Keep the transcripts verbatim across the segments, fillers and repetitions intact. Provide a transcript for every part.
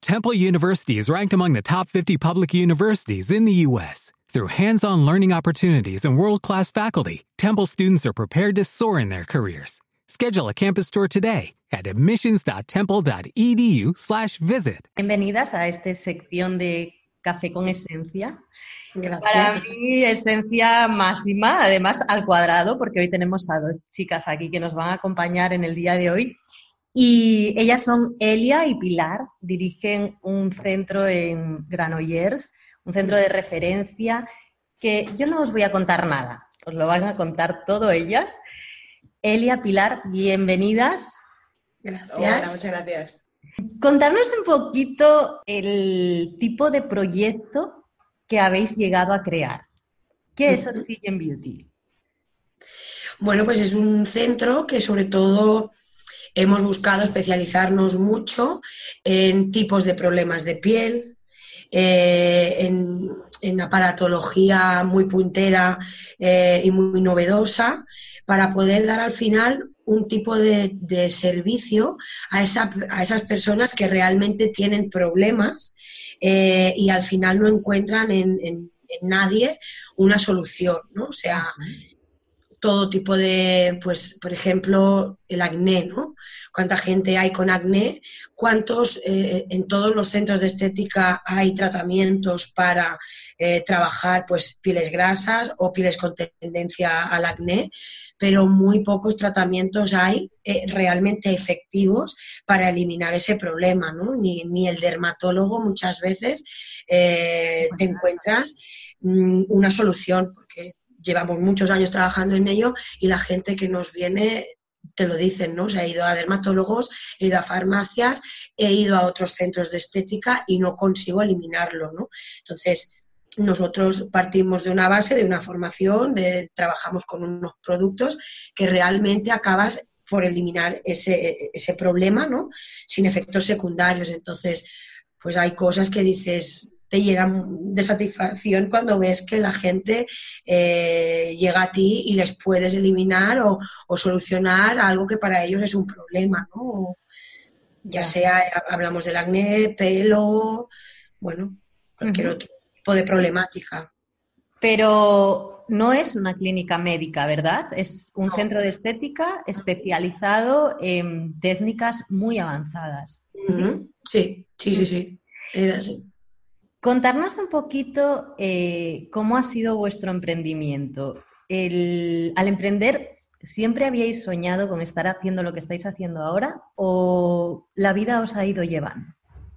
Temple University is ranked among the top fifty public universities in the U S Through hands-on learning opportunities and world-class faculty, Temple students are prepared to soar in their careers. Schedule a campus tour today at admissions.temple.edu slash visit. Bienvenidas a esta sección de Café con Esencia. Gracias. Para mí, esencia máxima, además al cuadrado, porque hoy tenemos a dos chicas aquí que nos van a acompañar en el día de hoy. Y ellas son Elia y Pilar, dirigen un centro en Granollers, un centro de referencia que yo no os voy a contar nada, os lo van a contar todo ellas. Elia, Pilar, bienvenidas. Gracias. Hola, muchas gracias. Contarnos un poquito el tipo de proyecto que habéis llegado a crear. ¿Qué es Oxygen Beauty? Bueno, pues es un centro que sobre todo hemos buscado especializarnos mucho en tipos de problemas de piel, eh, en, en aparatología muy puntera eh, y muy novedosa, para poder dar al final un tipo de, de servicio a, esa, a esas personas que realmente tienen problemas eh, y al final no encuentran en, en, en nadie una solución, ¿no? O sea, todo tipo de, pues, por ejemplo, el acné, ¿no? ¿Cuánta gente hay con acné? ¿Cuántos, eh, en todos los centros de estética hay tratamientos para eh, trabajar, pues, pieles grasas o pieles con tendencia al acné? Pero muy pocos tratamientos hay eh, realmente efectivos para eliminar ese problema, ¿no? Ni, ni el dermatólogo muchas veces eh, te encuentras mmm, una solución, porque llevamos muchos años trabajando en ello y la gente que nos viene te lo dicen, ¿no? O sea, he ido a dermatólogos, he ido a farmacias, he ido a otros centros de estética y no consigo eliminarlo, ¿no? Entonces, nosotros partimos de una base, de una formación, de, trabajamos con unos productos que realmente acabas por eliminar ese, ese problema, ¿no? Sin efectos secundarios. Entonces, pues hay cosas que dices, te llenan de satisfacción cuando ves que la gente eh, llega a ti y les puedes eliminar o, o solucionar algo que para ellos es un problema, ¿no? Ya sea, hablamos del acné, pelo, bueno, cualquier uh-huh. otro tipo de problemática. Pero no es una clínica médica, ¿verdad? Es un no. centro de estética especializado en técnicas muy avanzadas. Uh-huh. Sí, sí, sí, sí. Es así. Contarnos un poquito eh, cómo ha sido vuestro emprendimiento. El, al emprender, ¿siempre habíais soñado con estar haciendo lo que estáis haciendo ahora o la vida os ha ido llevando?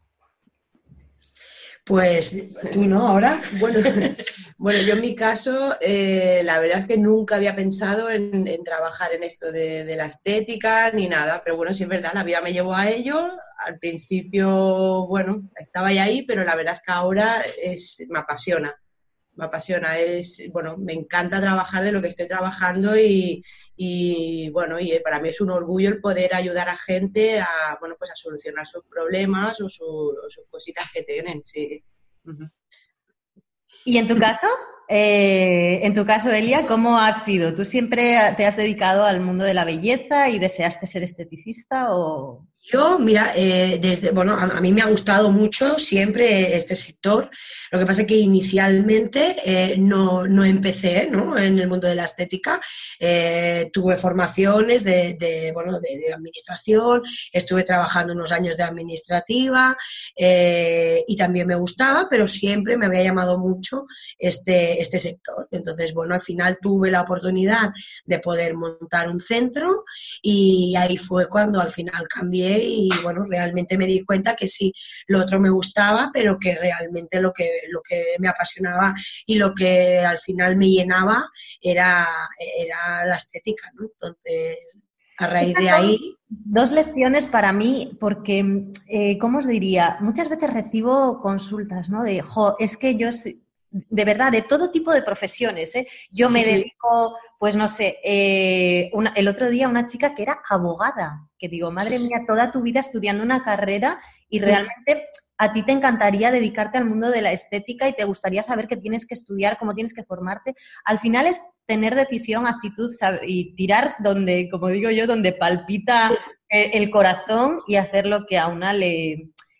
Pues tú no, ahora. Bueno, bueno yo en mi caso, eh, la verdad es que nunca había pensado en, en trabajar en esto de, de la estética ni nada, pero bueno, sí es verdad, la vida me llevó a ello. Al principio, bueno, estaba ya ahí, pero la verdad es que ahora es, me apasiona, me apasiona, es, bueno, me encanta trabajar de lo que estoy trabajando y, y bueno, y para mí es un orgullo el poder ayudar a gente a, bueno, pues a solucionar sus problemas o, su, o sus cositas que tienen, sí. Uh-huh. ¿Y en tu caso? Eh, en tu caso, Elia, ¿cómo has sido? ¿Tú siempre te has dedicado al mundo de la belleza y deseaste ser esteticista o...? Yo, mira, eh, desde, bueno, a, a mí me ha gustado mucho siempre este sector. Lo que pasa es que inicialmente eh, no, no empecé, ¿no? En el mundo de la estética. Eh, tuve formaciones de, de, bueno, de, de administración, estuve trabajando unos años de administrativa eh, y también me gustaba, pero siempre me había llamado mucho este, este sector. Entonces, bueno, al final tuve la oportunidad de poder montar un centro y ahí fue cuando al final cambié y bueno, realmente me di cuenta que sí, lo otro me gustaba, pero que realmente lo que, lo que me apasionaba y lo que al final me llenaba era, era la estética, ¿no? Entonces, a raíz de ahí... Dos lecciones para mí, porque, eh, ¿cómo os diría? Muchas veces recibo consultas, ¿no? De, jo, es que yo... De verdad, de todo tipo de profesiones, ¿eh? Yo me sí. dedico, pues no sé, eh, una, el otro día una chica que era abogada, que digo, madre sí, mía, sí. toda tu vida estudiando una carrera y sí. realmente a ti te encantaría dedicarte al mundo de la estética y te gustaría saber qué tienes que estudiar, cómo tienes que formarte. Al final es tener decisión, actitud y tirar donde, como digo yo, donde palpita el corazón y hacer lo que a una le...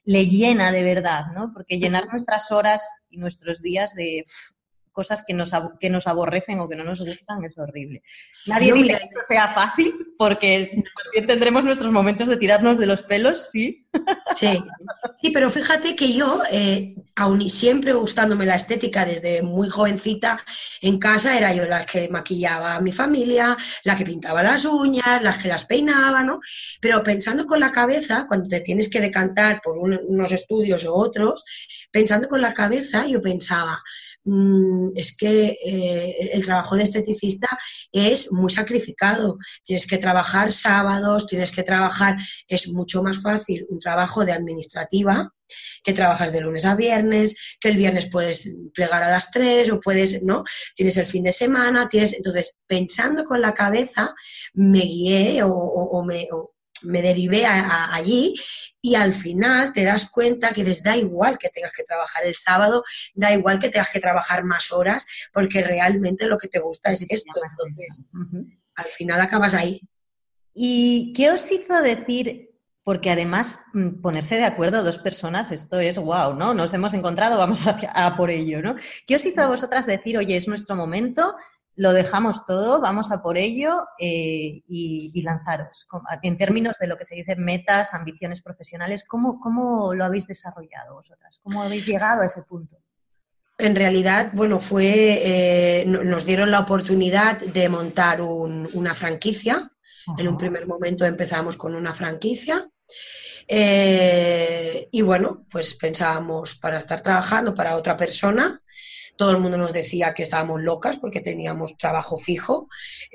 le llena de verdad, ¿no? Porque llenar nuestras horas y nuestros días de pff, cosas que nos, que nos aborrecen o que no nos gustan es horrible. Nadie Yo, dice mira, que esto sea fácil, porque también tendremos nuestros momentos de tirarnos de los pelos, ¿sí? Sí, sí, pero fíjate que yo, eh, aun y siempre gustándome la estética desde muy jovencita, en casa era yo la que maquillaba a mi familia, la que pintaba las uñas, la que las peinaba, ¿no? Pero pensando con la cabeza, cuando te tienes que decantar por un, unos estudios u otros, pensando con la cabeza, yo pensaba, es que eh, el trabajo de esteticista es muy sacrificado, tienes que trabajar sábados, tienes que trabajar, es mucho más fácil un trabajo de administrativa, que trabajas de lunes a viernes, que el viernes puedes plegar a las tres o puedes, ¿no? Tienes el fin de semana, tienes, entonces pensando con la cabeza me guié o, o, o me... O, me derivé a, a allí y al final te das cuenta que les da igual que tengas que trabajar el sábado, da igual que tengas que trabajar más horas, porque realmente lo que te gusta es esto. Entonces, uh-huh. Al final acabas ahí. ¿Y qué os hizo decir? Porque además ponerse de acuerdo dos personas, esto es wow, ¿no? Nos hemos encontrado, vamos a, a por ello, ¿no? ¿Qué os hizo a vosotras decir, oye, es nuestro momento, lo dejamos todo, vamos a por ello eh, y, y lanzaros? En términos de lo que se dice metas, ambiciones profesionales, ¿cómo, cómo lo habéis desarrollado vosotras? ¿Cómo habéis llegado a ese punto? En realidad, bueno, fue eh, nos dieron la oportunidad de montar un, una franquicia. Ajá. En un primer momento empezamos con una franquicia. Eh, y bueno, pues pensábamos para estar trabajando para otra persona. Todo el mundo nos decía que estábamos locas porque teníamos trabajo fijo.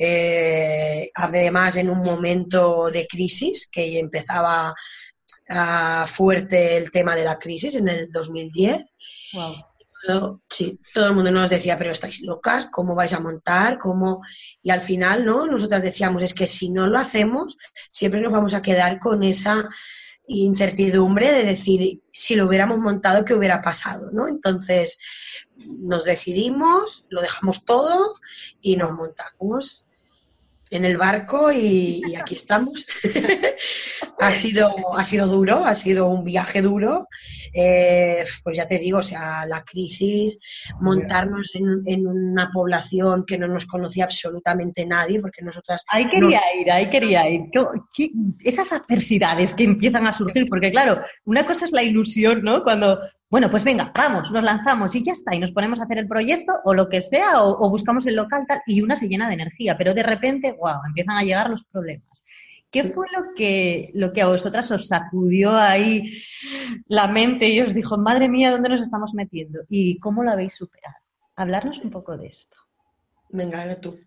Eh, además, en un momento de crisis, que empezaba uh, fuerte el tema de la crisis en el dos mil diez. Wow. Todo, sí, todo el mundo nos decía, pero estáis locas, ¿cómo vais a montar? ¿Cómo? Y al final, ¿no? Nosotras decíamos, es que si no lo hacemos, siempre nos vamos a quedar con esa incertidumbre de decir, si lo hubiéramos montado, ¿qué hubiera pasado? ¿No? Entonces, nos decidimos, lo dejamos todo y nos montamos en el barco y, y aquí estamos. ha sido, ha sido duro, ha sido un viaje duro. Eh, pues ya te digo, o sea, la crisis, montarnos en, en una población que no nos conocía absolutamente nadie, porque nosotras... Ahí quería nos... ir, ahí quería ir. ¿Qué, qué, esas adversidades que empiezan a surgir, porque claro, una cosa es la ilusión, ¿no? Cuando, bueno, pues venga, vamos, nos lanzamos y ya está, y nos ponemos a hacer el proyecto o lo que sea, o, o buscamos el local tal, y una se llena de energía, pero de repente, wow, empiezan a llegar los problemas. ¿Qué fue lo que, lo que a vosotras os sacudió ahí la mente y os dijo, madre mía, ¿dónde nos estamos metiendo? ¿Y cómo lo habéis superado? Hablarnos un poco de esto. Venga, habla tú.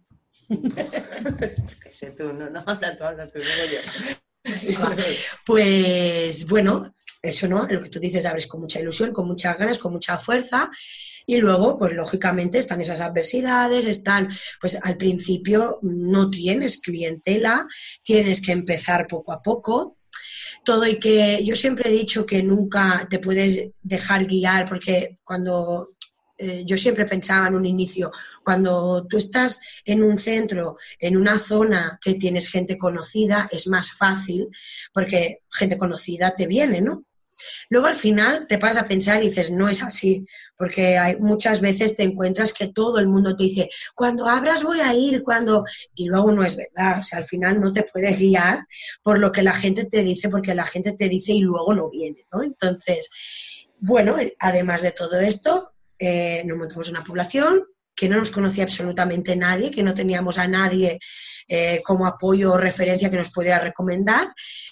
¿Qué sé tú? No, no, habla tú, habla tú, digo yo. Pues bueno, eso, ¿no? Lo que tú dices, abres con mucha ilusión, con muchas ganas, con mucha fuerza. Y luego, pues lógicamente están esas adversidades, están, pues al principio no tienes clientela, tienes que empezar poco a poco. Todo y que yo siempre he dicho que nunca te puedes dejar guiar, porque cuando eh, yo siempre pensaba en un inicio, cuando tú estás en un centro, en una zona que tienes gente conocida, es más fácil, porque gente conocida te viene, ¿no? Luego al final te pasas a pensar y dices, no es así, porque hay, muchas veces te encuentras que todo el mundo te dice, cuando abras voy a ir, cuando... Y luego no es verdad, o sea, al final no te puedes guiar por lo que la gente te dice, porque la gente te dice y luego no viene, ¿no? Entonces, bueno, además de todo esto, eh, nos montamos una población que no nos conocía absolutamente nadie, que no teníamos a nadie eh, como apoyo o referencia que nos pudiera recomendar.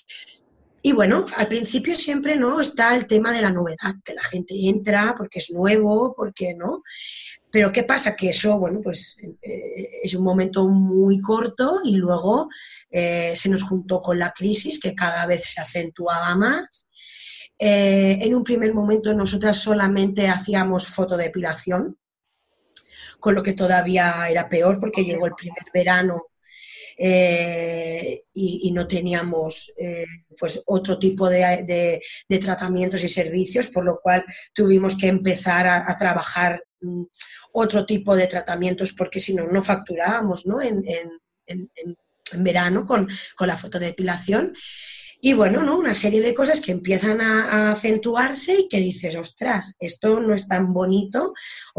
Y bueno, al principio siempre no está el tema de la novedad, que la gente entra porque es nuevo, porque no. Pero ¿qué pasa? Que eso, bueno, pues eh, es un momento muy corto y luego eh, se nos juntó con la crisis que cada vez se acentuaba más. Eh, en un primer momento nosotras solamente hacíamos fotodepilación, con lo que todavía era peor porque llegó el primer verano. Eh, y, y no teníamos eh, pues otro tipo de, de, de tratamientos y servicios, por lo cual tuvimos que empezar a, a trabajar mm, otro tipo de tratamientos porque si no, no facturábamos, ¿no? En, en, en, en verano con, con la fotodepilación. Y bueno, ¿no? Una serie de cosas que empiezan a, a acentuarse y que dices, ostras, esto no es tan bonito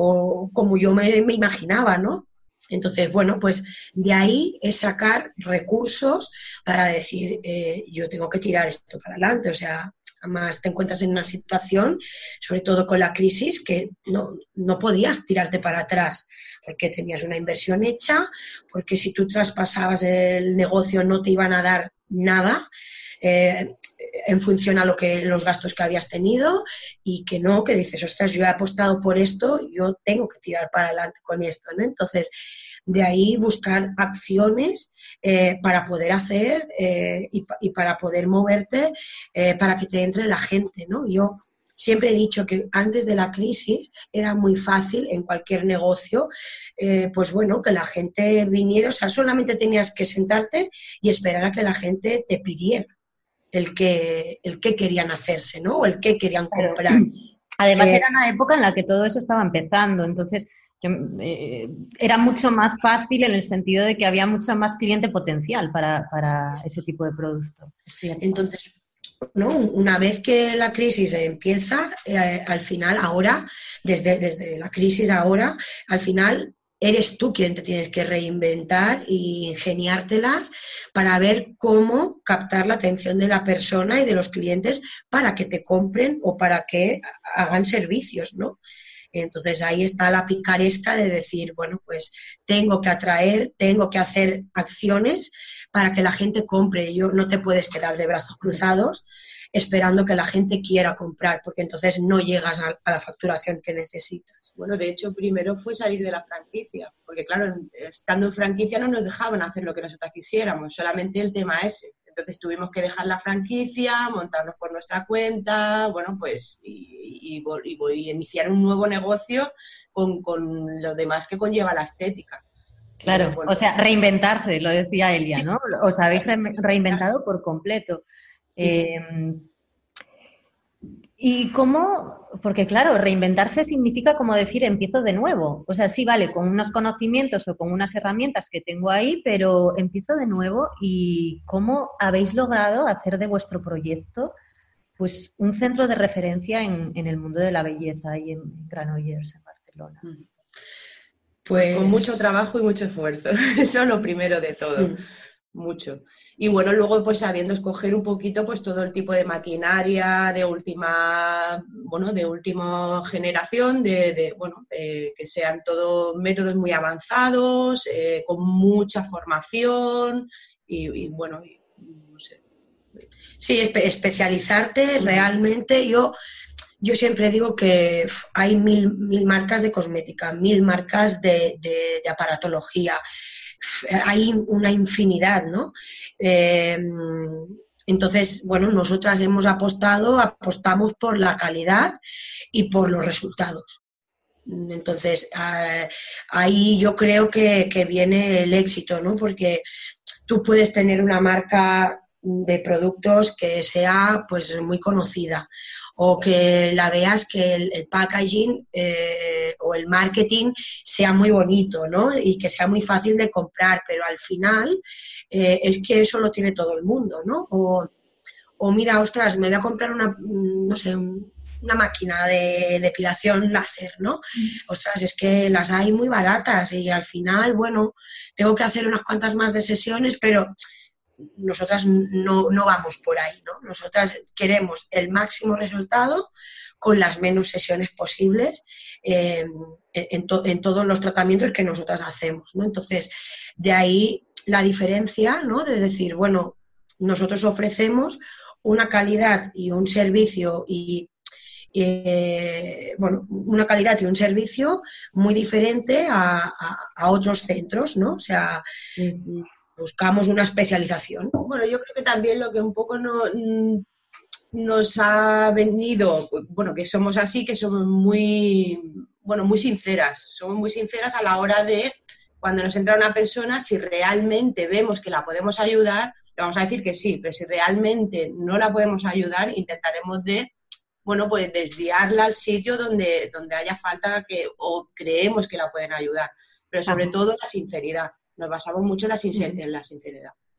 o como yo me, me imaginaba, ¿no? Entonces, bueno, pues de ahí es sacar recursos para decir, eh, yo tengo que tirar esto para adelante. O sea, además te encuentras en una situación, sobre todo con la crisis, que no, no podías tirarte para atrás porque tenías una inversión hecha, porque si tú traspasabas el negocio no te iban a dar nada. Eh, en función a lo que los gastos que habías tenido y que no, que dices, ostras, yo he apostado por esto, yo tengo que tirar para adelante con esto, ¿no? Entonces, de ahí buscar acciones eh, para poder hacer eh, y, y para poder moverte eh, para que te entre la gente, ¿no? Yo siempre he dicho que antes de la crisis era muy fácil en cualquier negocio, eh, pues bueno, que la gente viniera, o sea, solamente tenías que sentarte y esperar a que la gente te pidiera el que, el que querían hacerse, ¿no? O el que querían comprar. Claro. Además, Eh, era una época en la que todo eso estaba empezando, entonces yo, eh, era mucho más fácil en el sentido de que había mucho más cliente potencial para, para ese tipo de producto. Entonces, ¿no? Una vez que la crisis empieza, eh, al final, ahora, desde, desde la crisis ahora, al final eres tú quien te tienes que reinventar y ingeniártelas para ver cómo captar la atención de la persona y de los clientes para que te compren o para que hagan servicios, ¿no? Entonces ahí está la picaresca de decir, bueno, pues tengo que atraer, tengo que hacer acciones para que la gente compre. Yo no te puedes quedar de brazos cruzados esperando que la gente quiera comprar, porque entonces no llegas a, a la facturación que necesitas. Bueno, de hecho, primero fue salir de la franquicia, porque claro, estando en franquicia no nos dejaban hacer lo que nosotros quisiéramos, solamente el tema ese. Entonces tuvimos que dejar la franquicia, montarnos por nuestra cuenta, bueno, pues, y, y, y, y iniciar un nuevo negocio con, con lo demás que conlleva la estética. Claro, Entonces, bueno, o sea, reinventarse, lo decía Elia, ¿no? Os habéis re reinventado por completo. Sí, sí. Eh, ¿Y cómo? Porque claro, reinventarse significa como decir empiezo de nuevo. O sea, sí, vale, con unos conocimientos o con unas herramientas que tengo ahí, pero empiezo de nuevo. ¿Y cómo habéis logrado hacer de vuestro proyecto pues un centro de referencia en, en el mundo de la belleza y en Granollers, en Barcelona? Pues con mucho trabajo y mucho esfuerzo. Eso es lo primero de todo. Sí. Mucho. Y bueno, luego pues sabiendo escoger un poquito pues todo el tipo de maquinaria de última, bueno, de última generación, de, de bueno, eh, que sean todos métodos muy avanzados, eh, con mucha formación y, y bueno, y, no sé. Sí, espe especializarte realmente. Yo, yo siempre digo que hay mil, mil marcas de cosmética, mil marcas de, de, de aparatología. Hay una infinidad, ¿no? Eh, entonces, bueno, nosotras hemos apostado, apostamos por la calidad y por los resultados. Entonces, eh, ahí yo creo que, que viene el éxito, ¿no? Porque tú puedes tener una marca de productos que sea pues muy conocida o que la veas que el, el packaging eh, o el marketing sea muy bonito, ¿no? Y que sea muy fácil de comprar, pero al final eh, es que eso lo tiene todo el mundo, ¿no? O, o mira, ostras, me voy a comprar una, no sé, una máquina de depilación láser, ¿no? Ostras, es que las hay muy baratas y al final, bueno, tengo que hacer unas cuantas más de sesiones, pero nosotras no, no vamos por ahí, ¿no? Nosotras queremos el máximo resultado con las menos sesiones posibles eh, en, to, en todos los tratamientos que nosotras hacemos, ¿no? Entonces, de ahí la diferencia, ¿no? De decir, bueno, nosotros ofrecemos una calidad y un servicio y eh, bueno, una calidad y un servicio muy diferente a, a, a otros centros, ¿no? O sea, mm. buscamos una especialización. Bueno, yo creo que también lo que un poco no, nos ha venido, bueno, que somos así, que somos muy, bueno, muy sinceras. Somos muy sinceras a la hora de, cuando nos entra una persona, si realmente vemos que la podemos ayudar, le vamos a decir que sí, pero si realmente no la podemos ayudar, intentaremos de, bueno, pues desviarla al sitio donde, donde haya falta que, o creemos que la pueden ayudar. Pero sobre todo la sinceridad. Nos basamos mucho en la, sincer en la sinceridad.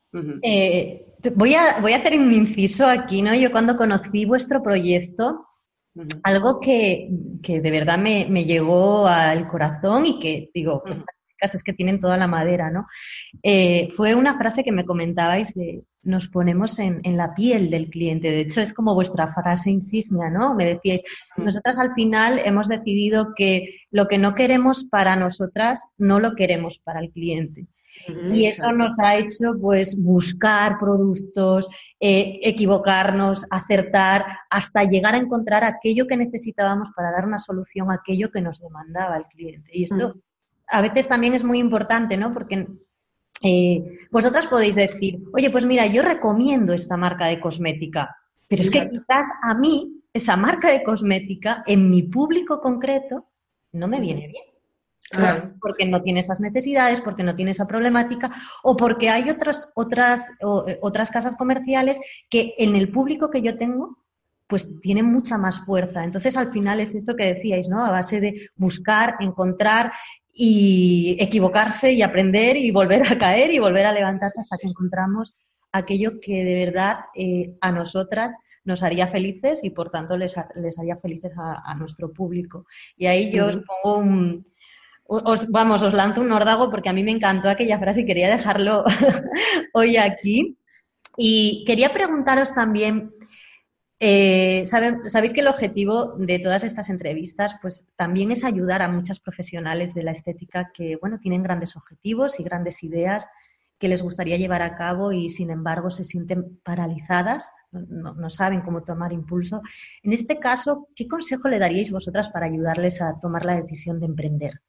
Uh-huh. Eh, voy, a, voy a hacer un inciso aquí, ¿no? Yo cuando conocí vuestro proyecto, uh-huh. algo que, que de verdad me, me llegó al corazón y que, digo, uh-huh. estas chicas es que tienen toda la madera, ¿no? Eh, fue una frase que me comentabais de nos ponemos en, en la piel del cliente. De hecho, es como vuestra frase insignia, ¿no? Me decíais, nosotras al final hemos decidido que lo que no queremos para nosotras, no lo queremos para el cliente. Uh-huh, y eso exacto. Nos ha hecho, pues, buscar productos, eh, equivocarnos, acertar, hasta llegar a encontrar aquello que necesitábamos para dar una solución a aquello que nos demandaba el cliente. Y esto uh-huh. a veces también es muy importante, ¿no? Porque Eh, vosotras podéis decir, oye, pues mira, yo recomiendo esta marca de cosmética, pero Exacto. es que quizás a mí, esa marca de cosmética, en mi público concreto, no me viene bien. Claro. Porque no tiene esas necesidades, porque no tiene esa problemática, o porque hay otras, otras, o, otras casas comerciales que en el público que yo tengo, pues tienen mucha más fuerza. Entonces, al final es eso que decíais, ¿no? A base de buscar, encontrar y equivocarse y aprender y volver a caer y volver a levantarse hasta que encontramos aquello que de verdad eh, a nosotras nos haría felices y por tanto les, les haría felices a, a nuestro público. Y ahí yo os pongo un... Os, vamos, os lanzo un órdago porque a mí me encantó aquella frase y quería dejarlo hoy aquí. Y quería preguntaros también... Eh, sabe, sabéis que el objetivo de todas estas entrevistas pues también es ayudar a muchas profesionales de la estética que, bueno, tienen grandes objetivos y grandes ideas que les gustaría llevar a cabo y, sin embargo, se sienten paralizadas, no, no saben cómo tomar impulso. En este caso, ¿qué consejo le daríais vosotras para ayudarles a tomar la decisión de emprender?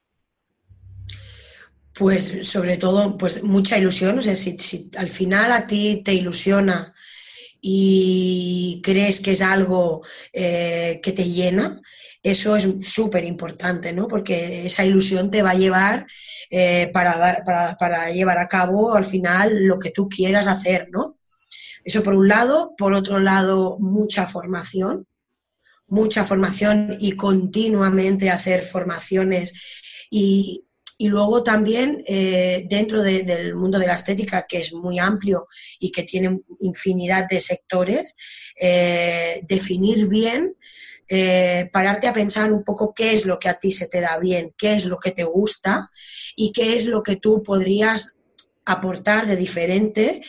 Pues, sobre todo, pues mucha ilusión. O sea, si, si al final a ti te ilusiona y crees que es algo eh, que te llena, eso es súper importante, ¿no? Porque esa ilusión te va a llevar eh, para, dar, para, para llevar a cabo al final lo que tú quieras hacer, ¿no? Eso por un lado. Por otro lado, mucha formación, mucha formación y continuamente hacer formaciones y... Y luego también eh, dentro de, del mundo de la estética, que es muy amplio y que tiene infinidad de sectores, eh, definir bien, eh, pararte a pensar un poco qué es lo que a ti se te da bien, qué es lo que te gusta y qué es lo que tú podrías aportar de diferente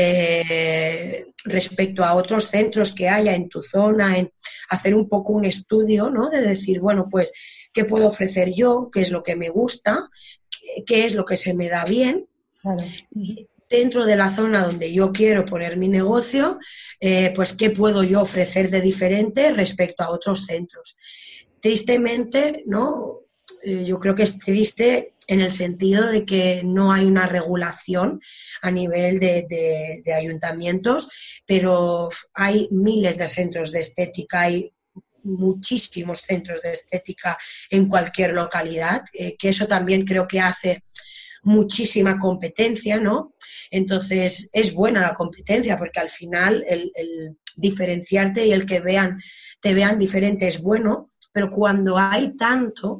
eh, respecto a otros centros que haya en tu zona, en hacer un poco un estudio, ¿no? De decir, bueno, pues, ¿qué puedo ofrecer yo? ¿Qué es lo que me gusta? ¿Qué, qué es lo que se me da bien? Vale. Y dentro de la zona donde yo quiero poner mi negocio, eh, pues, ¿qué puedo yo ofrecer de diferente respecto a otros centros? Tristemente, ¿no? Eh, yo creo que es triste en el sentido de que no hay una regulación a nivel de, de, de ayuntamientos, pero hay miles de centros de estética, hay muchísimos centros de estética en cualquier localidad, eh, que eso también creo que hace muchísima competencia, ¿no? Entonces es buena la competencia porque al final el, el diferenciarte y el que vean, te vean diferente es bueno, pero cuando hay tanto,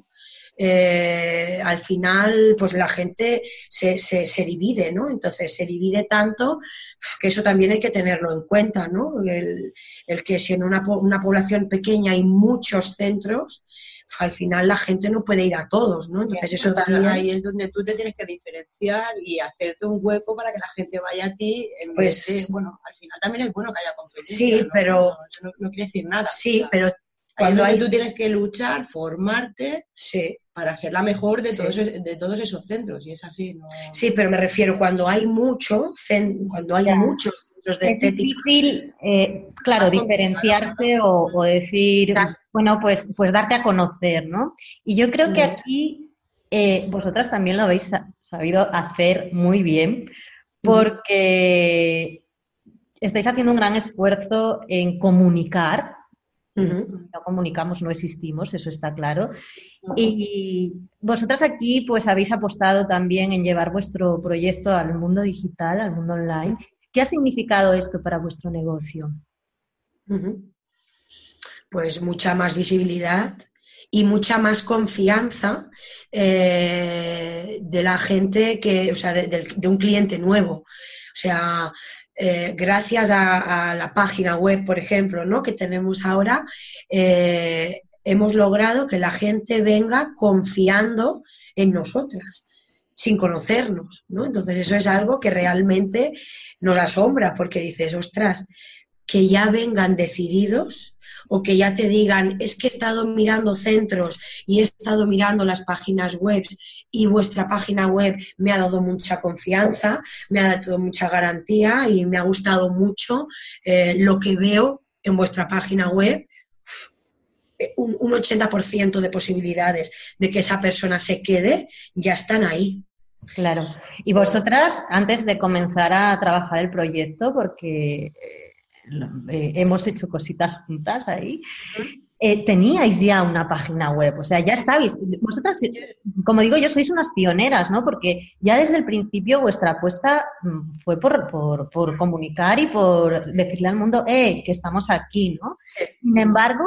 Eh, al final pues la gente se, se, se divide, ¿no? Entonces se divide tanto que eso también hay que tenerlo en cuenta, ¿no? El, el que si en una, una población pequeña hay muchos centros, al final la gente no puede ir a todos, ¿no? Entonces eso también... Ahí es donde tú te tienes que diferenciar y hacerte un hueco para que la gente vaya a ti en pues, vez de, bueno, al final también es bueno que haya competencia. Sí, ¿no? pero... No, eso no, no quiere decir nada. Sí, ¿verdad? pero... Cuando hay... tú tienes que luchar, formarte, sí, para ser la mejor de, sí. todos, de todos esos centros, y es así, ¿no? Sí, pero me refiero cuando hay mucho, cuando hay ya. muchos centros de es estética. Es difícil, eh, claro, diferenciarse o, o decir, bueno, pues, pues darte a conocer, ¿no? Y yo creo que aquí eh, vosotras también lo habéis sabido hacer muy bien, porque estáis haciendo un gran esfuerzo en comunicar. Uh-huh. No comunicamos, no existimos, eso está claro. Uh-huh. Y vosotras aquí pues habéis apostado también en llevar vuestro proyecto al mundo digital, al mundo online. ¿Qué ha significado esto para vuestro negocio? Uh-huh. Pues mucha más visibilidad y mucha más confianza eh, de la gente, que, o sea, de, de, de un cliente nuevo. O sea, eh, gracias a, a la página web, por ejemplo, ¿no? que tenemos ahora, eh, hemos logrado que la gente venga confiando en nosotras, sin conocernos, ¿no? Entonces eso es algo que realmente nos asombra, porque dices, ostras, que ya vengan decididos o que ya te digan, es que he estado mirando centros y he estado mirando las páginas web y vuestra página web me ha dado mucha confianza, me ha dado mucha garantía y me ha gustado mucho eh, lo que veo en vuestra página web. Un, un ochenta por ciento de posibilidades de que esa persona se quede ya están ahí. Claro. Y vosotras, antes de comenzar a trabajar el proyecto, porque eh, hemos hecho cositas juntas ahí, eh, teníais ya una página web, o sea, ya estabais. Vosotras, como digo yo, sois unas pioneras, ¿no? Porque ya desde el principio vuestra apuesta fue por, por, por comunicar y por decirle al mundo, eh, que estamos aquí, ¿no? Sí. Sin embargo,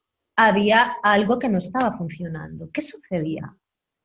había algo que no estaba funcionando. ¿Qué sucedía?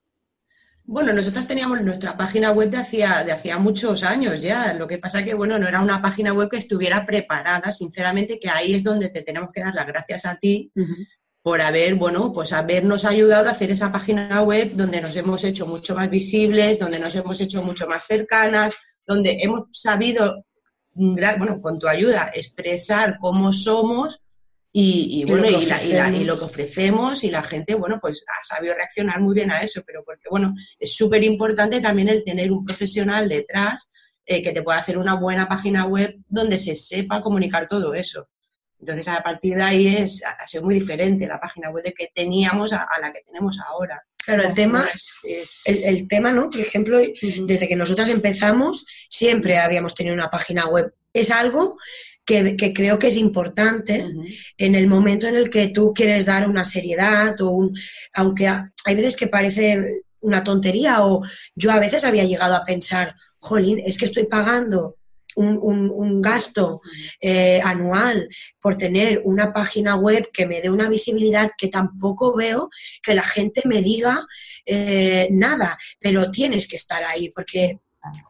Bueno, nosotras teníamos nuestra página web de hacía, de hacía muchos años ya. Lo que pasa que, bueno, no era una página web que estuviera preparada. Sinceramente, que ahí es donde te tenemos que dar las gracias a ti uh-huh. por haber, bueno, pues habernos ayudado a hacer esa página web donde nos hemos hecho mucho más visibles, donde nos hemos hecho mucho más cercanas, donde hemos sabido, bueno, con tu ayuda, expresar cómo somos. Y, y bueno, y, la, y, la, y lo que ofrecemos, y la gente, bueno, pues ha sabido reaccionar muy bien a eso, pero porque, bueno, es súper importante también el tener un profesional detrás eh, que te pueda hacer una buena página web donde se sepa comunicar todo eso. Entonces, a partir de ahí es, ha sido muy diferente la página web de que teníamos a, a la que tenemos ahora. Claro, el tema, es, es... El, el tema, ¿no? Por ejemplo, uh-huh. desde que nosotras empezamos, siempre habíamos tenido una página web. Es algo que, que creo que es importante uh-huh. en el momento en el que tú quieres dar una seriedad, o un, aunque hay veces que parece una tontería, o yo a veces había llegado a pensar, jolín, es que estoy pagando un, un, un gasto eh, anual por tener una página web que me dé una visibilidad que tampoco veo que la gente me diga eh, nada, pero tienes que estar ahí, porque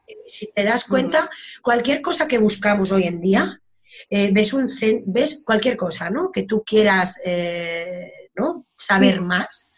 si te das cuenta, cualquier cosa que buscamos hoy en día, eh, ves, un, ves cualquier cosa, ¿no? Que tú quieras eh, ¿no? saber más,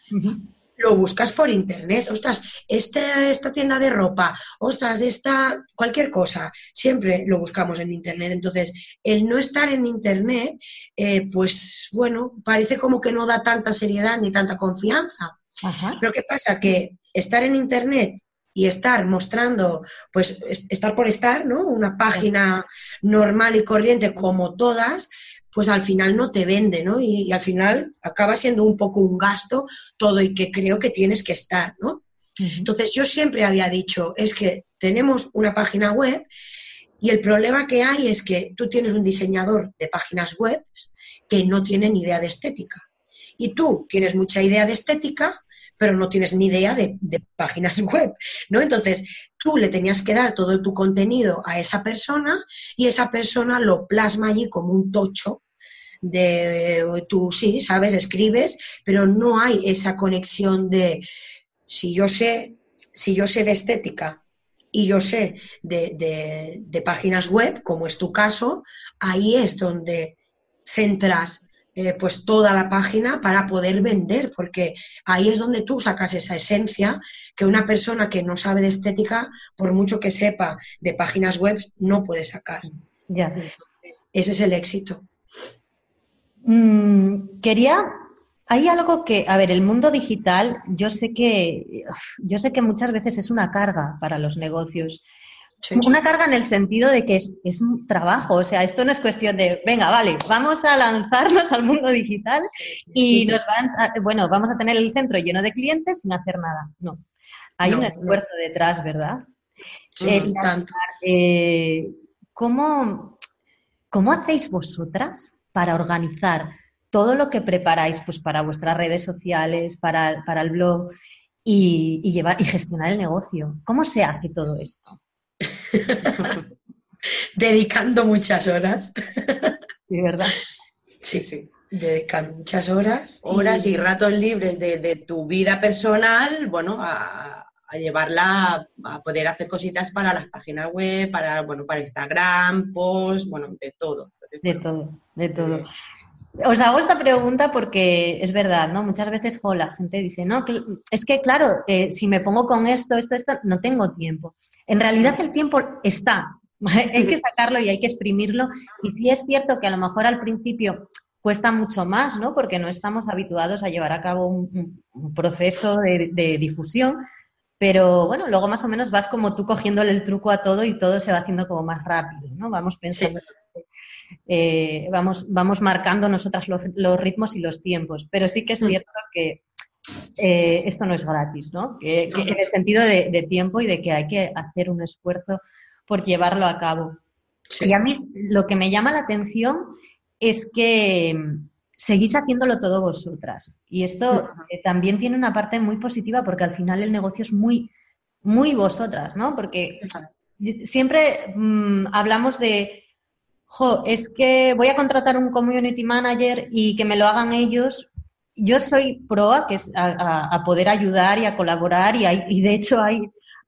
lo buscas por internet. Ostras, esta, esta tienda de ropa, ostras, esta, cualquier cosa, siempre lo buscamos en internet. Entonces, el no estar en internet, eh, pues bueno, parece como que no da tanta seriedad ni tanta confianza. Ajá. Pero ¿qué pasa? Que estar en internet y estar mostrando, pues estar por estar, ¿no? Una página normal y corriente como todas, pues al final no te vende, ¿no? Y, y al final acaba siendo un poco un gasto todo, y que creo que tienes que estar, ¿no? Uh-huh. Entonces yo siempre había dicho, es que tenemos una página web y el problema que hay es que tú tienes un diseñador de páginas web que no tiene ni idea de estética. Y tú tienes mucha idea de estética, pero no tienes ni idea de, de páginas web, ¿no? Entonces, tú le tenías que dar todo tu contenido a esa persona y esa persona lo plasma allí como un tocho de tú, sí, sabes, escribes, pero no hay esa conexión de si yo sé, si yo sé de estética y yo sé de, de, de páginas web, como es tu caso, ahí es donde centras Eh, pues toda la página para poder vender, porque ahí es donde tú sacas esa esencia que una persona que no sabe de estética, por mucho que sepa de páginas web, no puede sacar. Ya. Entonces, ese es el éxito. Mm, quería... Hay algo que, a ver, el mundo digital, yo sé que, yo sé que muchas veces es una carga para los negocios. Sí. Una carga en el sentido de que es, es un trabajo, o sea, esto no es cuestión de, venga, vale, vamos a lanzarnos al mundo digital y sí, sí. nos van a, bueno, vamos a tener el centro lleno de clientes sin hacer nada. No, hay no, un esfuerzo no. detrás, ¿verdad? Sí, eh, tanto. Eh, ¿cómo, ¿Cómo hacéis vosotras para organizar todo lo que preparáis pues, para vuestras redes sociales, para, para el blog y, y, llevar, y gestionar el negocio? ¿Cómo se hace todo esto? Dedicando muchas horas. Sí, ¿verdad? Sí, sí. Dedicando muchas horas. Horas y, y ratos libres de, de tu vida personal, bueno, a, a llevarla a poder hacer cositas para las páginas web, para, bueno, para Instagram, post, bueno, de todo. Entonces, De bueno, todo, de todo. eh, Os hago esta pregunta porque es verdad, ¿no? Muchas veces jo, la gente dice, no, que- es que claro, eh, si me pongo con esto, esto, esto, no tengo tiempo. En realidad el tiempo está, hay que sacarlo y hay que exprimirlo. Y sí es cierto que a lo mejor al principio cuesta mucho más, ¿no? Porque no estamos habituados a llevar a cabo un, un- un proceso de, de difusión, pero bueno, luego más o menos vas como tú cogiéndole el truco a todo y todo se va haciendo como más rápido, ¿no? Vamos pensando. sí. Eh, vamos, vamos marcando nosotras los, los ritmos y los tiempos, pero sí que es cierto que eh, esto no es gratis, ¿no? Que, que en el sentido de, de tiempo y de que hay que hacer un esfuerzo por llevarlo a cabo. Sí. Y a mí lo que me llama la atención es que mm, seguís haciéndolo todo vosotras. Y esto eh, también tiene una parte muy positiva porque al final el negocio es muy, muy vosotras, ¿no? Porque siempre mmm, hablamos de jo, es que voy a contratar un community manager y que me lo hagan ellos. Yo soy pro a, que, a, a, a poder ayudar y a colaborar y, hay, y de hecho hay,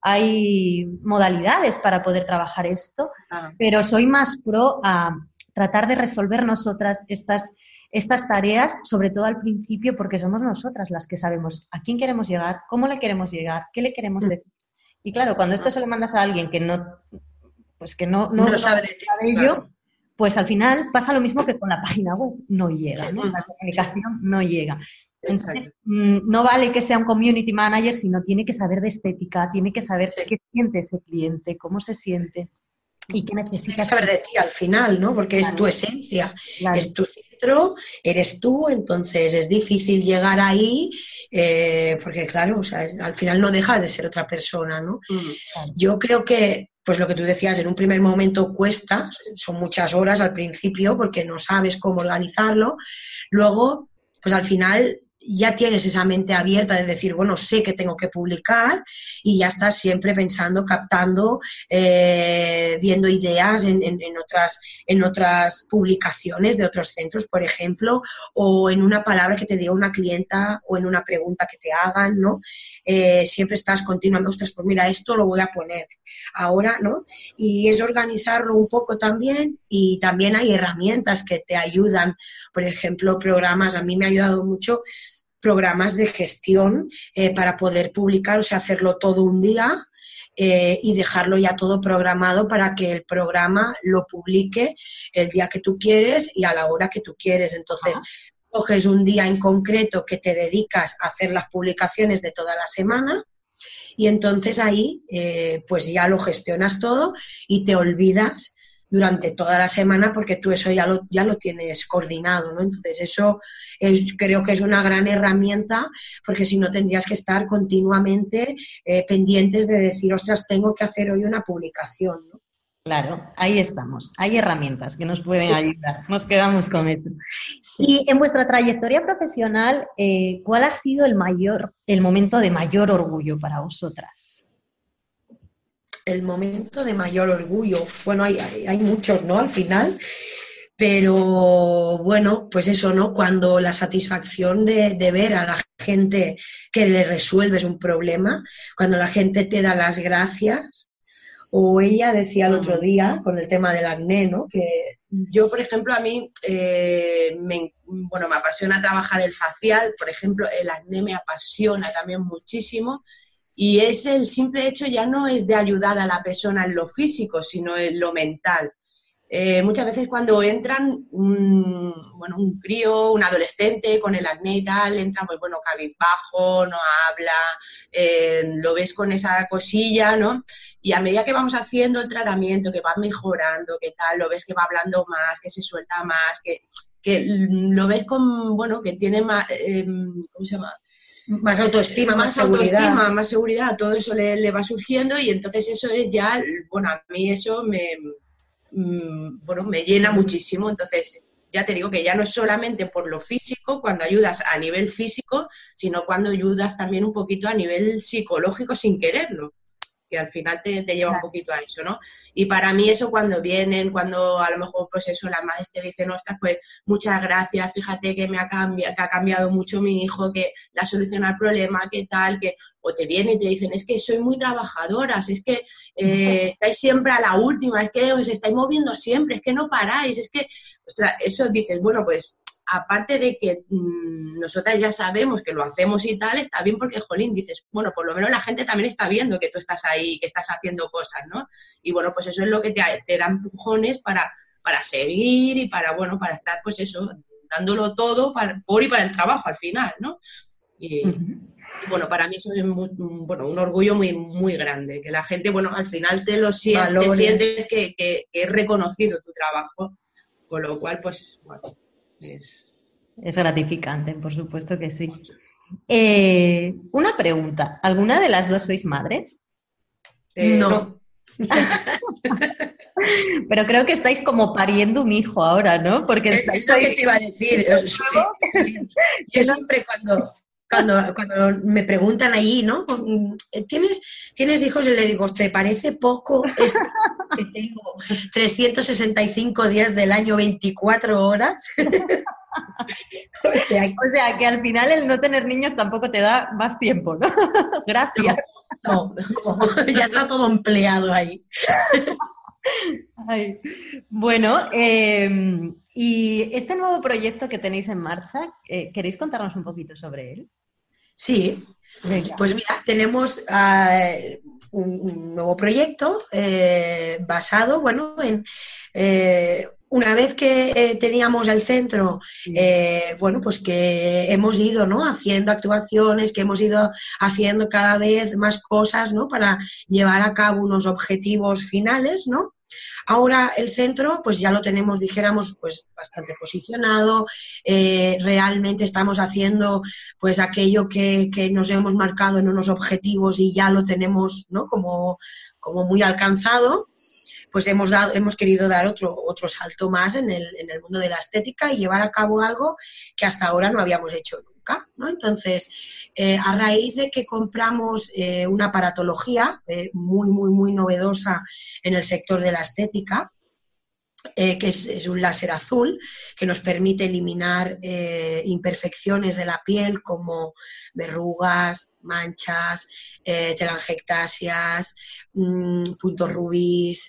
hay modalidades para poder trabajar esto, ah. pero soy más pro a tratar de resolver nosotras estas, estas tareas, sobre todo al principio, porque somos nosotras las que sabemos a quién queremos llegar, cómo le queremos llegar, qué le queremos decir. Y claro, cuando esto se lo mandas a alguien que no, pues que no, no, no sabe de, ti, de ello, claro. Pues al final pasa lo mismo que con la página web, no llega, ¿no? La comunicación no llega. Entonces, no vale que sea un community manager, sino tiene que saber de estética, tiene que saber sí. qué siente ese cliente, cómo se siente y qué necesita. Tiene que saber de ti al final, ¿no? Porque claro. es tu esencia, claro. es tu centro, eres tú, entonces es difícil llegar ahí eh, porque, claro, o sea, al final no dejas de ser otra persona, ¿no? Mm, claro. Yo creo que pues lo que tú decías, en un primer momento cuesta, son muchas horas al principio porque no sabes cómo organizarlo. Luego, pues al final ya tienes esa mente abierta de decir, bueno, sé que tengo que publicar y ya estás siempre pensando, captando, eh, viendo ideas en, en, en, otras, en otras publicaciones de otros centros, por ejemplo, o en una palabra que te diga una clienta o en una pregunta que te hagan, ¿no? Eh, siempre estás continuando, ostras, pues mira, esto lo voy a poner ahora, ¿no? Y es organizarlo un poco también y también hay herramientas que te ayudan, por ejemplo, programas, a mí me ha ayudado mucho programas de gestión eh, para poder publicar, o sea, hacerlo todo un día eh, y dejarlo ya todo programado para que el programa lo publique el día que tú quieres y a la hora que tú quieres. Entonces, ah. coges un día en concreto que te dedicas a hacer las publicaciones de toda la semana y entonces ahí eh, pues ya lo gestionas todo y te olvidas durante toda la semana porque tú eso ya lo, ya lo tienes coordinado, ¿no? Entonces eso es, creo que es una gran herramienta porque si no tendrías que estar continuamente eh, pendientes de decir, ostras, tengo que hacer hoy una publicación, ¿no? Claro, ahí estamos. Hay herramientas que nos pueden sí. ayudar. Nos quedamos con eso. Sí. Y en vuestra trayectoria profesional, eh, ¿cuál ha sido el mayor, el momento de mayor orgullo para vosotras? El momento de mayor orgullo, bueno, hay, hay, hay muchos, ¿no? Al final, pero bueno, pues eso, ¿no? Cuando la satisfacción de, de ver a la gente que le resuelves un problema, cuando la gente te da las gracias, o ella decía el otro día con el tema del acné, ¿no? Que yo, por ejemplo, a mí, eh, me, bueno, me apasiona trabajar el facial, por ejemplo, el acné me apasiona también muchísimo. Y es el simple hecho, ya no es de ayudar a la persona en lo físico, sino en lo mental. Eh, muchas veces cuando entran un, bueno, un crío, un adolescente con el acné y tal, entra pues bueno, cabizbajo, no habla, eh, lo ves con esa cosilla, ¿no? Y a medida que vamos haciendo el tratamiento, que va mejorando, que tal, lo ves que va hablando más, que se suelta más, que, que lo ves con, bueno, que tiene más, eh, ¿cómo se llama? Más autoestima, más, más seguridad. autoestima, más seguridad, todo eso le, le va surgiendo y entonces eso es ya, bueno, a mí eso me, mm, bueno, me llena muchísimo, entonces ya te digo que ya no es solamente por lo físico, cuando ayudas a nivel físico, sino cuando ayudas también un poquito a nivel psicológico sin quererlo. que al final te, te lleva un poquito a eso, ¿no? Y para mí eso cuando vienen, cuando a lo mejor pues eso, las madres te dicen, ostras, pues muchas gracias, fíjate que me ha cambiado, que ha cambiado mucho mi hijo, que le ha solucionado el problema, qué tal, que o te vienen y te dicen, es que soy muy trabajadoras, es que eh, estáis siempre a la última, es que os estáis moviendo siempre, es que no paráis, es que, ostras, eso dices, bueno, pues aparte de que mmm, nosotras ya sabemos que lo hacemos y tal, está bien porque, jolín, dices, bueno, por lo menos la gente también está viendo que tú estás ahí, que estás haciendo cosas, ¿no? Y bueno, pues eso es lo que te, te da empujones para, para seguir y para, bueno, para estar, pues eso, dándolo todo para, por y para el trabajo al final, ¿no? Y, uh-huh. y bueno, para mí eso es muy, bueno, un orgullo muy, muy grande, que la gente, bueno, al final te lo sientes, te sientes que, que, que es reconocido tu trabajo, con lo cual, pues, bueno. Es... es gratificante, por supuesto que sí. Eh, una pregunta, ¿alguna de las dos sois madres? Eh, no. no. Pero creo que estáis como pariendo un hijo ahora, ¿no? Porque estáis es lo que te iba a decir. Yo siempre cuando, cuando, cuando me preguntan allí, ¿no? ¿Tienes, ¿Tienes hijos? Y le digo, ¿te parece poco esto? Que tengo trescientos sesenta y cinco días del año, veinticuatro horas. o, sea, o sea, que al final el no tener niños tampoco te da más tiempo, ¿no? Gracias. No, no, no, ya está todo empleado ahí. Ay. Bueno, eh, y este nuevo proyecto que tenéis en marcha, eh, ¿queréis contarnos un poquito sobre él? Sí, Venga. Pues mira, tenemos uh, un, un nuevo proyecto eh, basado, bueno, en... Eh, una vez que eh, teníamos el centro, eh, bueno, pues que hemos ido, ¿no?, haciendo actuaciones, que hemos ido haciendo cada vez más cosas, ¿no?, para llevar a cabo unos objetivos finales, ¿no? Ahora el centro, pues ya lo tenemos, dijéramos, pues bastante posicionado, eh, realmente estamos haciendo, pues aquello que, que nos hemos marcado en unos objetivos y ya lo tenemos, ¿no?, como, como muy alcanzado. Pues hemos, dado, hemos querido dar otro, otro salto más en el, en el mundo de la estética y llevar a cabo algo que hasta ahora no habíamos hecho nunca, ¿no? Entonces, eh, a raíz de que compramos eh, una aparatología eh, muy, muy, muy novedosa en el sector de la estética, eh, que es, es un láser azul que nos permite eliminar eh, imperfecciones de la piel como verrugas, manchas, eh, telangiectasias, mmm, puntos rubís,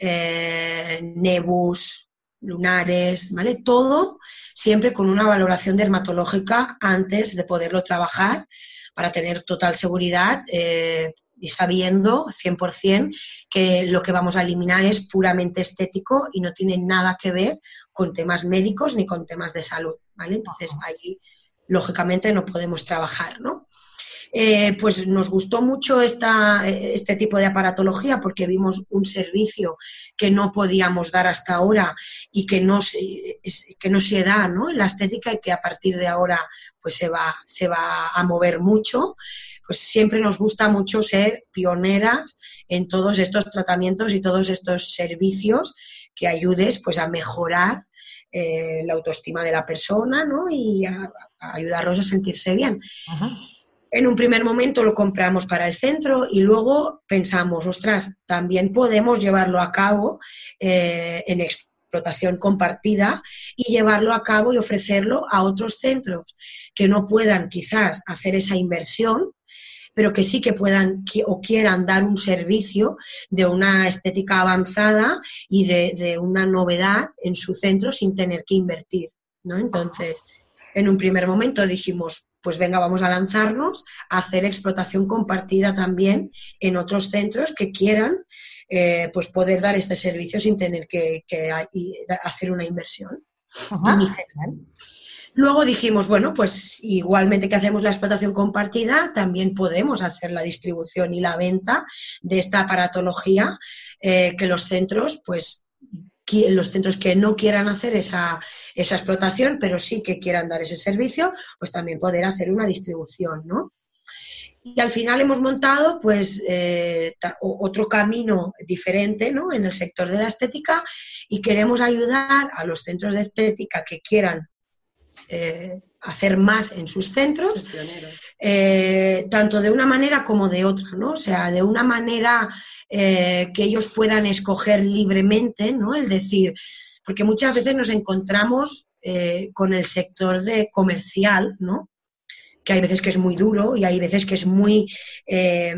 eh, nebus, lunares, ¿vale? Todo siempre con una valoración dermatológica antes de poderlo trabajar para tener total seguridad eh, y sabiendo cien por ciento que lo que vamos a eliminar es puramente estético y no tiene nada que ver con temas médicos ni con temas de salud, ¿vale? Entonces allí lógicamente no podemos trabajar, ¿no? Eh, pues nos gustó mucho esta, este tipo de aparatología porque vimos un servicio que no podíamos dar hasta ahora y que no se, que no se da, ¿no?, en la estética y que a partir de ahora pues se va, se va a mover mucho. Pues siempre nos gusta mucho ser pioneras en todos estos tratamientos y todos estos servicios que ayudes pues a mejorar eh, la autoestima de la persona, ¿no?, y a, a ayudarlos a sentirse bien. Ajá. En un primer momento lo compramos para el centro y luego pensamos, ostras, también podemos llevarlo a cabo eh, en explotación compartida y llevarlo a cabo y ofrecerlo a otros centros que no puedan quizás hacer esa inversión, pero que sí que puedan o quieran dar un servicio de una estética avanzada y de, de una novedad en su centro sin tener que invertir, ¿no? Entonces, en un primer momento dijimos, pues venga, vamos a lanzarnos a hacer explotación compartida también en otros centros que quieran eh, pues poder dar este servicio sin tener que, que hacer una inversión inicial. Luego dijimos, bueno, pues igualmente que hacemos la explotación compartida, también podemos hacer la distribución y la venta de esta aparatología eh, que los centros, pues, los centros que no quieran hacer esa, esa explotación, pero sí que quieran dar ese servicio, pues también poder hacer una distribución, ¿no? Y al final hemos montado, pues, eh, otro camino diferente, ¿no?, en el sector de la estética y queremos ayudar a los centros de estética que quieran eh, hacer más en sus centros, eh, tanto de una manera como de otra, ¿no? O sea, de una manera eh, que ellos puedan escoger libremente, ¿no? Es decir, porque muchas veces nos encontramos eh, con el sector de comercial, ¿no? Que hay veces que es muy duro y hay veces que es muy, eh,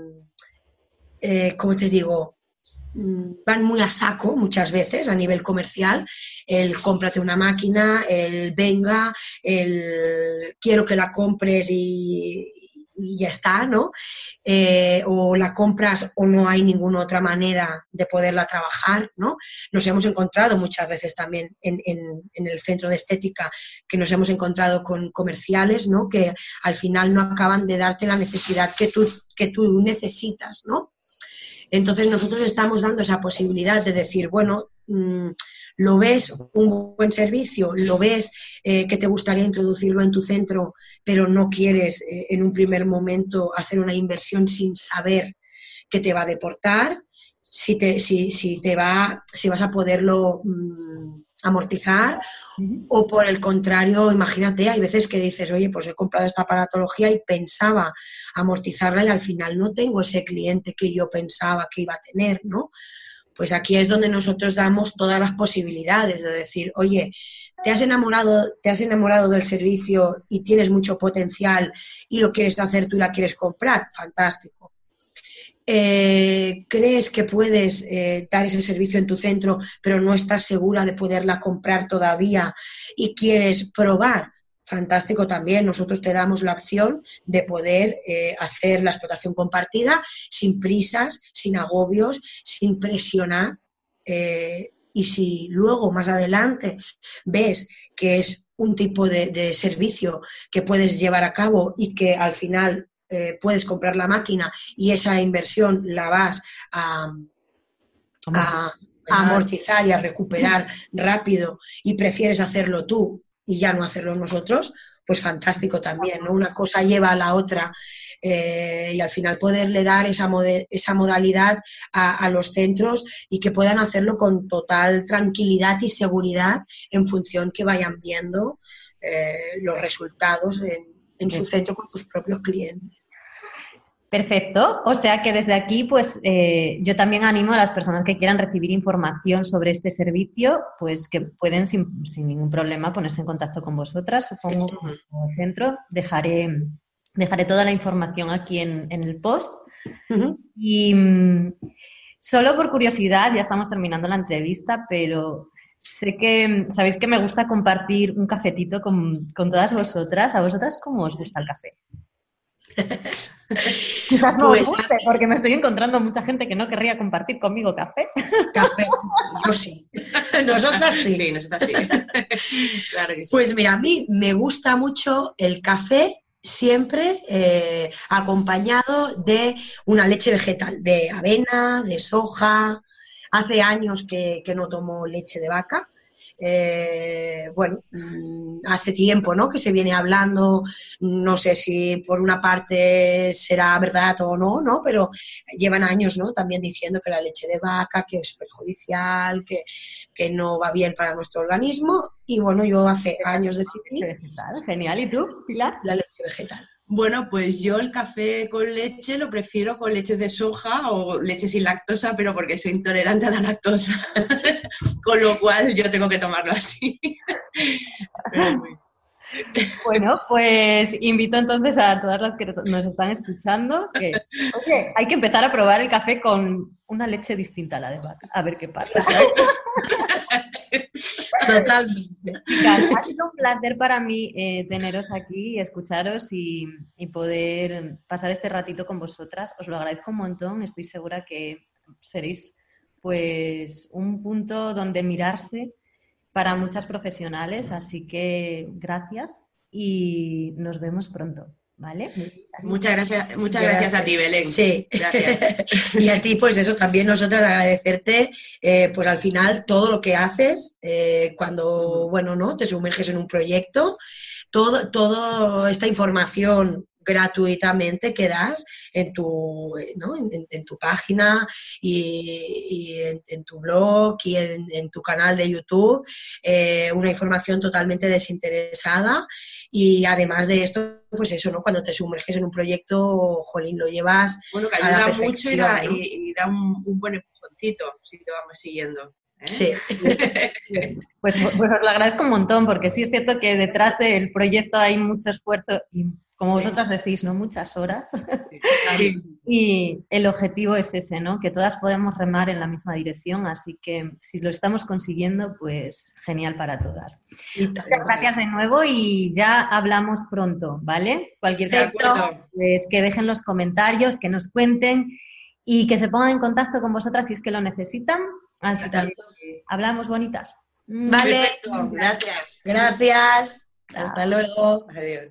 eh, ¿cómo te digo? Van muy a saco muchas veces a nivel comercial, el cómprate una máquina, el venga, el quiero que la compres y, y ya está, ¿no? Eh, o la compras o no hay ninguna otra manera de poderla trabajar, ¿no? Nos hemos encontrado muchas veces también en, en, en el centro de estética que nos hemos encontrado con comerciales, ¿no? Que al final no acaban de darte la necesidad que tú, que tú necesitas, ¿no? Entonces nosotros estamos dando esa posibilidad de decir, bueno, mmm, lo ves un buen servicio, lo ves eh, que te gustaría introducirlo en tu centro, pero no quieres eh, en un primer momento hacer una inversión sin saber qué te va a deportar, si, te, si, si, te va, si vas a poderlo mmm, amortizar. O por el contrario, imagínate, hay veces que dices, oye, pues he comprado esta aparatología y pensaba amortizarla y al final no tengo ese cliente que yo pensaba que iba a tener, ¿no? Pues aquí es donde nosotros damos todas las posibilidades de decir, oye, te has enamorado, te has enamorado del servicio y tienes mucho potencial y lo quieres hacer tú y la quieres comprar, fantástico. Eh, crees que puedes eh, dar ese servicio en tu centro, pero no estás segura de poderla comprar todavía y quieres probar, fantástico también. Nosotros te damos la opción de poder eh, hacer la explotación compartida sin prisas, sin agobios, sin presionar. Eh, y si luego, más adelante, ves que es un tipo de, de servicio que puedes llevar a cabo y que al final Eh, puedes comprar la máquina y esa inversión la vas a, a, a amortizar y a recuperar rápido y prefieres hacerlo tú y ya no hacerlo nosotros, pues fantástico también, ¿no? Una cosa lleva a la otra eh, y al final poderle dar esa, mode, esa modalidad a, a los centros y que puedan hacerlo con total tranquilidad y seguridad en función que vayan viendo eh, los resultados en, en su centro con sus propios clientes. Perfecto. O sea que desde aquí, pues eh, yo también animo a las personas que quieran recibir información sobre este servicio, pues que pueden sin, sin ningún problema ponerse en contacto con vosotras, supongo, como centro. Dejaré, dejaré toda la información aquí en, en el post. Uh-huh. Y mmm, solo por curiosidad, ya estamos terminando la entrevista, pero sé que sabéis que me gusta compartir un cafetito con, con todas vosotras. ¿A vosotras cómo os gusta el café? Quizás no pues, os guste, porque me estoy encontrando mucha gente que no querría compartir conmigo café. Café, yo sí. Nosotras sí. Sí, nosotras sí. Claro que sí. Pues mira, a mí me gusta mucho el café siempre eh, acompañado de una leche vegetal, de avena, de soja. Hace años que, que no tomo leche de vaca. Eh, bueno, hace tiempo, ¿no?, que se viene hablando, no sé si por una parte será verdad o no, ¿no?, pero llevan años, ¿no?, también diciendo que la leche de vaca, que es perjudicial, que, que no va bien para nuestro organismo, y bueno, yo hace años decidí... Vegetal, genial. ¿Y tú, Pilar? La leche vegetal. Bueno, pues yo el café con leche lo prefiero con leche de soja o leche sin lactosa, pero porque soy intolerante a la lactosa, con lo cual yo tengo que tomarlo así. Pero muy... Bueno, pues invito entonces a todas las que nos están escuchando que, oye, hay que empezar a probar el café con una leche distinta a la de vaca, a ver qué pasa. Totalmente. Chicas, ha sido un placer para mí eh, teneros aquí y escucharos y, y poder pasar este ratito con vosotras. Os lo agradezco un montón. Estoy segura que seréis pues un punto donde mirarse para muchas profesionales. Así que gracias y nos vemos pronto. ¿Vale? Muchas gracias, muchas gracias, gracias a ti, Belén. Sí, gracias. Y a ti, pues eso, también nosotras agradecerte, eh, pues al final todo lo que haces, eh, cuando, bueno, ¿no?, te sumerges en un proyecto, todo, toda esta información gratuitamente que das en tu, ¿no? en, en, en tu página y, y en, en tu blog y en, en tu canal de YouTube, eh, una información totalmente desinteresada y además de esto, pues eso, ¿no? Cuando te sumerges en un proyecto, jolín, lo llevas bueno, que a la ayuda mucho y da, ¿no? y, y da un, un buen empujoncito si te vamos siguiendo. ¿Eh? Sí. Pues, pues os lo agradezco un montón, porque sí es cierto que detrás del proyecto hay mucho esfuerzo y, como vosotras decís, ¿no? Muchas horas. Sí. Y el objetivo es ese, ¿no? Que todas podemos remar en la misma dirección, así que si lo estamos consiguiendo, pues genial para todas. Muchas gracias de nuevo y ya hablamos pronto, ¿vale? Cualquier cosa, pues que dejen los comentarios, que nos cuenten y que se pongan en contacto con vosotras si es que lo necesitan. Así que hablamos, bonitas. Vale, perfecto, gracias. Gracias. Hasta luego. Adiós.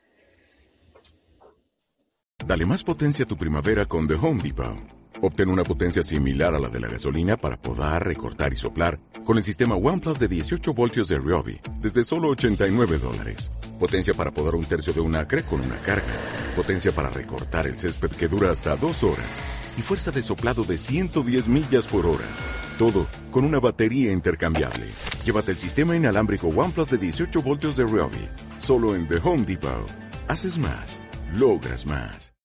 Dale más potencia a tu primavera con The Home Depot. Obtén una potencia similar a la de la gasolina para podar, recortar y soplar con el sistema OnePlus de dieciocho voltios de Ryobi desde solo ochenta y nueve dólares. Potencia para podar un tercio de un acre con una carga. Potencia para recortar el césped que dura hasta dos horas. Y fuerza de soplado de ciento diez millas por hora. Todo con una batería intercambiable. Llévate el sistema inalámbrico OnePlus de dieciocho voltios de Ryobi. Solo en The Home Depot. Haces más. Logras más.